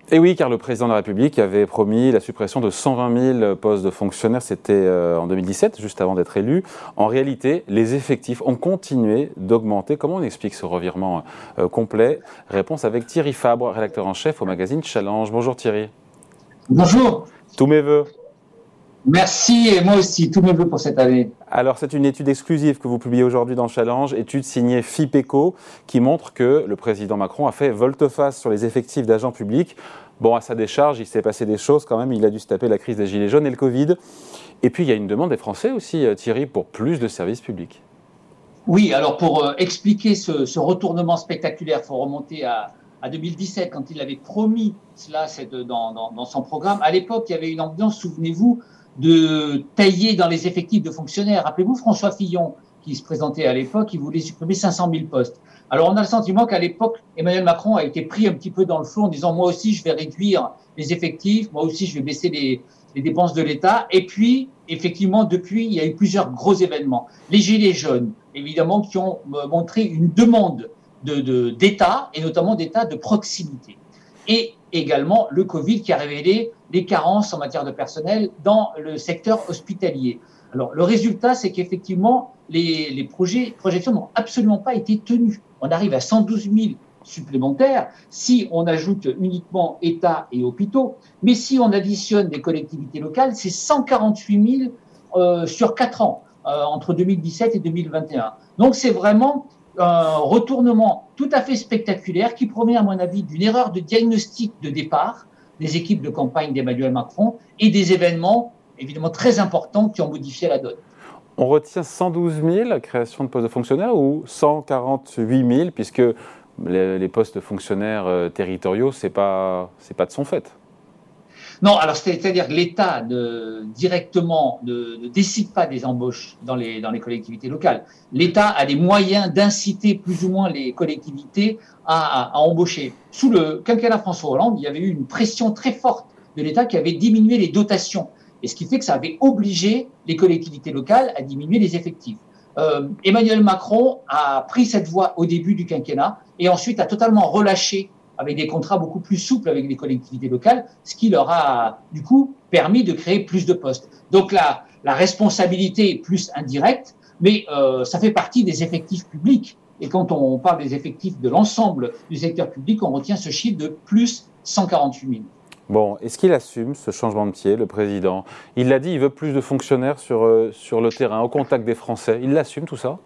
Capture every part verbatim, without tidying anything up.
Et oui, car le président de la République avait promis la suppression de cent vingt mille postes de fonctionnaires, c'était euh, en deux mille dix-sept, juste avant d'être élu. En réalité, les effectifs ont continué d'augmenter. Comment on explique ce revirement euh, complet? Réponse avec Thierry Fabre, rédacteur en chef au magazine Challenge. Bonjour Thierry. Bonjour. Tous mes vœux. Merci, et moi aussi, tous mes vœux pour cette année. Alors, c'est une étude exclusive que vous publiez aujourd'hui dans Challenge, étude signée FIPECO, qui montre que le président Macron a fait volte-face sur les effectifs d'agents publics. Bon, à sa décharge, il s'est passé des choses quand même. Il a dû se taper la crise des Gilets jaunes et le Covid. Et puis, il y a une demande des Français aussi, Thierry, pour plus de services publics. Oui, alors pour euh, expliquer ce, ce retournement spectaculaire, il faut remonter à, à deux mille dix-sept, quand il avait promis cela c'est de, dans, dans, dans son programme. À l'époque, il y avait une ambiance, souvenez-vous, de tailler dans les effectifs de fonctionnaires. Rappelez-vous François Fillon, qui se présentait à l'époque, il voulait supprimer cinq cent mille postes. Alors on a le sentiment qu'à l'époque, Emmanuel Macron a été pris un petit peu dans le flot en disant « moi aussi je vais réduire les effectifs, moi aussi je vais baisser les, les dépenses de l'État ». Et puis, effectivement, depuis, il y a eu plusieurs gros événements. Les Gilets jaunes, évidemment, qui ont montré une demande de, de, d'État, et notamment d'État de proximité. Et également le Covid qui a révélé les carences en matière de personnel dans le secteur hospitalier. Alors, le résultat, c'est qu'effectivement, les, les projets, projections n'ont absolument pas été tenues. On arrive à cent douze mille supplémentaires si on ajoute uniquement État et hôpitaux. Mais si on additionne des collectivités locales, c'est cent quarante-huit mille euh, sur quatre ans, euh, entre deux mille dix-sept et deux mille vingt et un. Donc, c'est vraiment un retournement tout à fait spectaculaire qui provient, à mon avis, d'une erreur de diagnostic de départ des équipes de campagne d'Emmanuel Macron et des événements évidemment très importants qui ont modifié la donne. On retient cent douze mille créations de postes de fonctionnaires ou cent quarante-huit mille, puisque les, les postes de fonctionnaires euh, territoriaux, ce n'est pas, c'est pas de son fait? Non, alors c'est-à-dire que l'État ne, directement ne, ne décide pas des embauches dans les, dans les collectivités locales. L'État a les moyens d'inciter plus ou moins les collectivités à, à, à embaucher. Sous le quinquennat François Hollande, il y avait eu une pression très forte de l'État qui avait diminué les dotations. Et ce qui fait que ça avait obligé les collectivités locales à diminuer les effectifs. Euh, Emmanuel Macron a pris cette voie au début du quinquennat et ensuite a totalement relâché avec des contrats beaucoup plus souples avec les collectivités locales, ce qui leur a, du coup, permis de créer plus de postes. Donc la, la responsabilité est plus indirecte, mais euh, ça fait partie des effectifs publics. Et quand on parle des effectifs de l'ensemble du secteur public, on retient ce chiffre de plus cent quarante-huit mille. Bon, est-ce qu'il assume ce changement de pied, le président? Il l'a dit, il veut plus de fonctionnaires sur, euh, sur le terrain, au contact des Français. Il l'assume tout ça?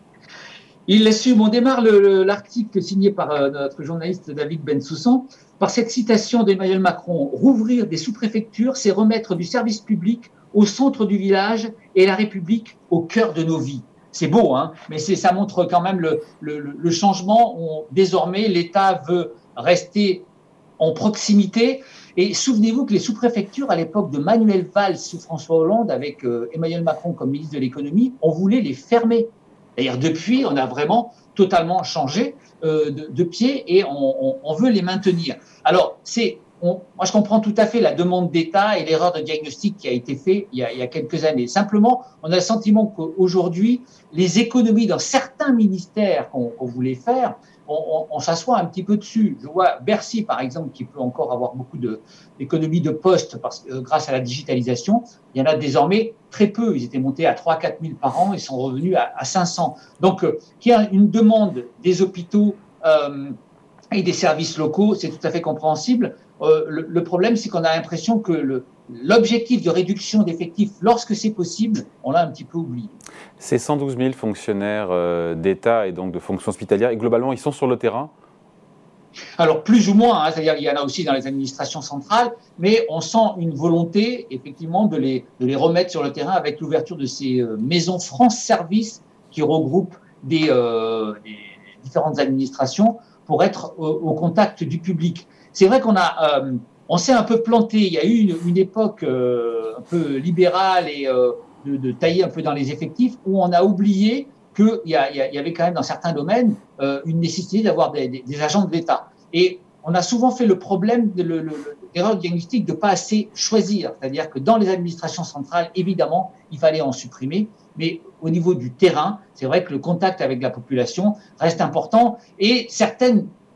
Il l'assume. On démarre le, le, l'article signé par euh, notre journaliste David Bensoussan par cette citation d'Emmanuel Macron. Rouvrir des sous-préfectures, c'est remettre du service public au centre du village et la République au cœur de nos vies. C'est beau, hein, mais c'est, ça montre quand même le, le, le changement. On, désormais, l'État veut rester en proximité. Et souvenez-vous que les sous-préfectures, à l'époque de Manuel Valls sous François Hollande, avec euh, Emmanuel Macron comme ministre de l'économie, on voulait les fermer. D'ailleurs, depuis, on a vraiment totalement changé euh, de, de pied et on, on, on veut les maintenir. Alors, c'est, on, moi, je comprends tout à fait la demande d'État et l'erreur de diagnostic qui a été faite il y a, il y a quelques années. Simplement, on a le sentiment qu'aujourd'hui, les économies dans certains ministères qu'on, qu'on voulait faire, on, on, on s'assoit un petit peu dessus. Je vois Bercy, par exemple, qui peut encore avoir beaucoup de, d'économies de postes parce que, euh, grâce à la digitalisation. Il y en a désormais très peu. Ils étaient montés à trois à quatre mille par an. Ils sont revenus à, à cinq cents. Donc, euh, qu'il y a une demande des hôpitaux euh, et des services locaux, c'est tout à fait compréhensible. Euh, le, le problème, c'est qu'on a l'impression que le, l'objectif de réduction d'effectifs, lorsque c'est possible, on l'a un petit peu oublié. Ces cent douze mille fonctionnaires euh, d'État et donc de fonctions hospitalières, et globalement, ils sont sur le terrain? Alors, plus ou moins, hein, c'est-à-dire qu'il y en a aussi dans les administrations centrales, mais on sent une volonté, effectivement, de les, de les remettre sur le terrain avec l'ouverture de ces euh, maisons France Service qui regroupent des, euh, des différentes administrations pour être au, au contact du public. C'est vrai qu'on a, euh, on s'est un peu planté. Il y a eu une, une époque euh, un peu libérale et euh, de, de tailler un peu dans les effectifs où on a oublié qu'il y, a, il y avait quand même dans certains domaines euh, une nécessité d'avoir des, des, des agents de l'État. Et on a souvent fait le problème de le, le, l'erreur diagnostique de pas assez choisir. C'est-à-dire que dans les administrations centrales, évidemment, il fallait en supprimer. Mais au niveau du terrain, c'est vrai que le contact avec la population reste important. Et certaines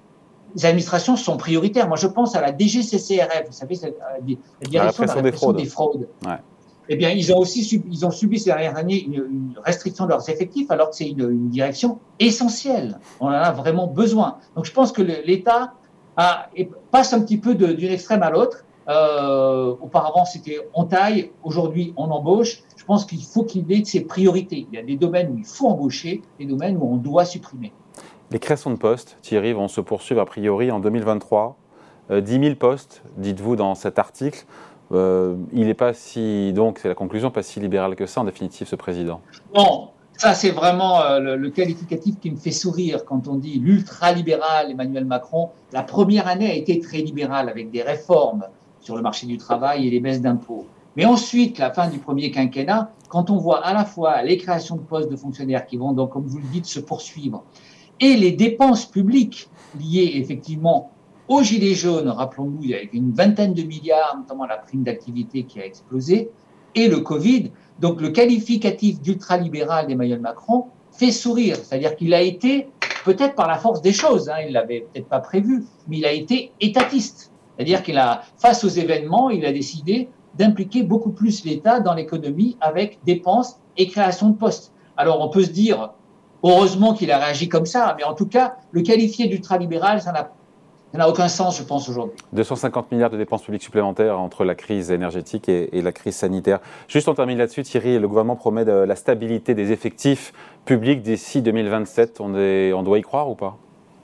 administrations sont prioritaires. Moi, je pense à la D G C C R F, vous savez, la direction de la répression des fraudes. Ouais. Eh bien, ils ont aussi subi, ils ont subi ces dernières années une, une restriction de leurs effectifs, alors que c'est une, une direction essentielle. On en a vraiment besoin. Donc, je pense que l'État a, passe un petit peu d'une extrême à l'autre. Euh, auparavant, c'était on taille, aujourd'hui, on embauche. Je pense qu'il faut qu'il ait ses priorités. Il y a des domaines où il faut embaucher, des domaines où on doit supprimer. Les créations de postes, Thierry, vont se poursuivre a priori en deux mille vingt-trois. Euh, dix mille postes, dites-vous dans cet article. Euh, il n'est pas si, donc c'est la conclusion, pas si libéral que ça en définitive, ce président. Non, ça c'est vraiment euh, le, le qualificatif qui me fait sourire quand on dit l'ultra-libéral Emmanuel Macron. La première année a été très libérale avec des réformes sur le marché du travail et les baisses d'impôts. Mais ensuite, la fin du premier quinquennat, quand on voit à la fois les créations de postes de fonctionnaires qui vont donc, comme vous le dites, se poursuivre, et les dépenses publiques liées effectivement aux gilets jaunes, rappelons-nous, il y a une vingtaine de milliards, notamment la prime d'activité qui a explosé, et le Covid. Donc le qualificatif d'ultralibéral d'Emmanuel Macron fait sourire. C'est-à-dire qu'il a été, peut-être par la force des choses, hein, il ne l'avait peut-être pas prévu, mais il a été étatiste. C'est-à-dire qu'il a, face aux événements, il a décidé d'impliquer beaucoup plus l'État dans l'économie avec dépenses et création de postes. Alors on peut se dire, heureusement qu'il a réagi comme ça, mais en tout cas, le qualifier d'ultralibéral, ça n'a Ça n'a aucun sens, je pense, aujourd'hui. deux cent cinquante milliards de dépenses publiques supplémentaires entre la crise énergétique et, et la crise sanitaire. Juste, on termine là-dessus, Thierry. Le gouvernement promet de la stabilité des effectifs publics d'ici deux mille vingt-sept. On, est, on doit y croire ou pas?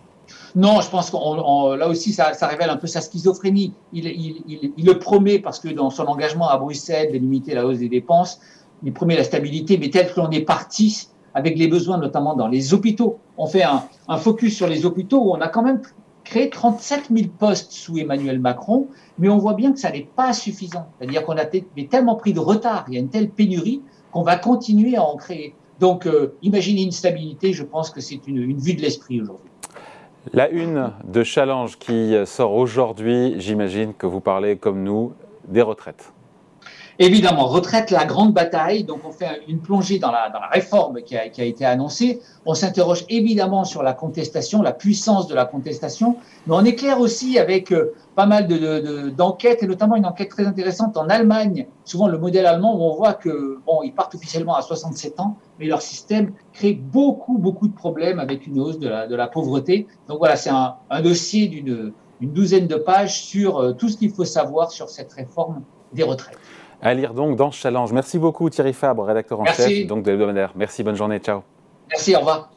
Non, je pense que là aussi, ça, ça révèle un peu sa schizophrénie. Il, il, il, il le promet parce que dans son engagement à Bruxelles de limiter la hausse des dépenses, il promet la stabilité, mais tel que l'on est parti avec les besoins, notamment dans les hôpitaux. On fait un, un focus sur les hôpitaux où on a quand même créé trente-sept mille postes sous Emmanuel Macron, mais on voit bien que ça n'est pas suffisant. C'est-à-dire qu'on a tellement pris de retard, il y a une telle pénurie qu'on va continuer à en créer. Donc, euh, imaginez une stabilité, je pense que c'est une, une vue de l'esprit aujourd'hui. La une de Challenge qui sort aujourd'hui, j'imagine que vous parlez comme nous des retraites. Évidemment, retraite, la grande bataille. Donc, on fait une plongée dans la, dans la réforme qui a, qui a été annoncée. On s'interroge évidemment sur la contestation, la puissance de la contestation. Mais on éclaire aussi avec euh, pas mal de, de, de, d'enquêtes, et notamment une enquête très intéressante en Allemagne. Souvent, le modèle allemand, où on voit que, bon, ils partent officiellement à soixante-sept ans, mais leur système crée beaucoup, beaucoup de problèmes avec une hausse de la, de la pauvreté. Donc, voilà, c'est un, un dossier d'une une douzaine de pages sur euh, tout ce qu'il faut savoir sur cette réforme des retraites. À lire donc dans Challenge. Merci beaucoup Thierry Fabre, rédacteur en chef donc de l'Hebdomadaire. Merci, bonne journée, ciao. Merci, au revoir.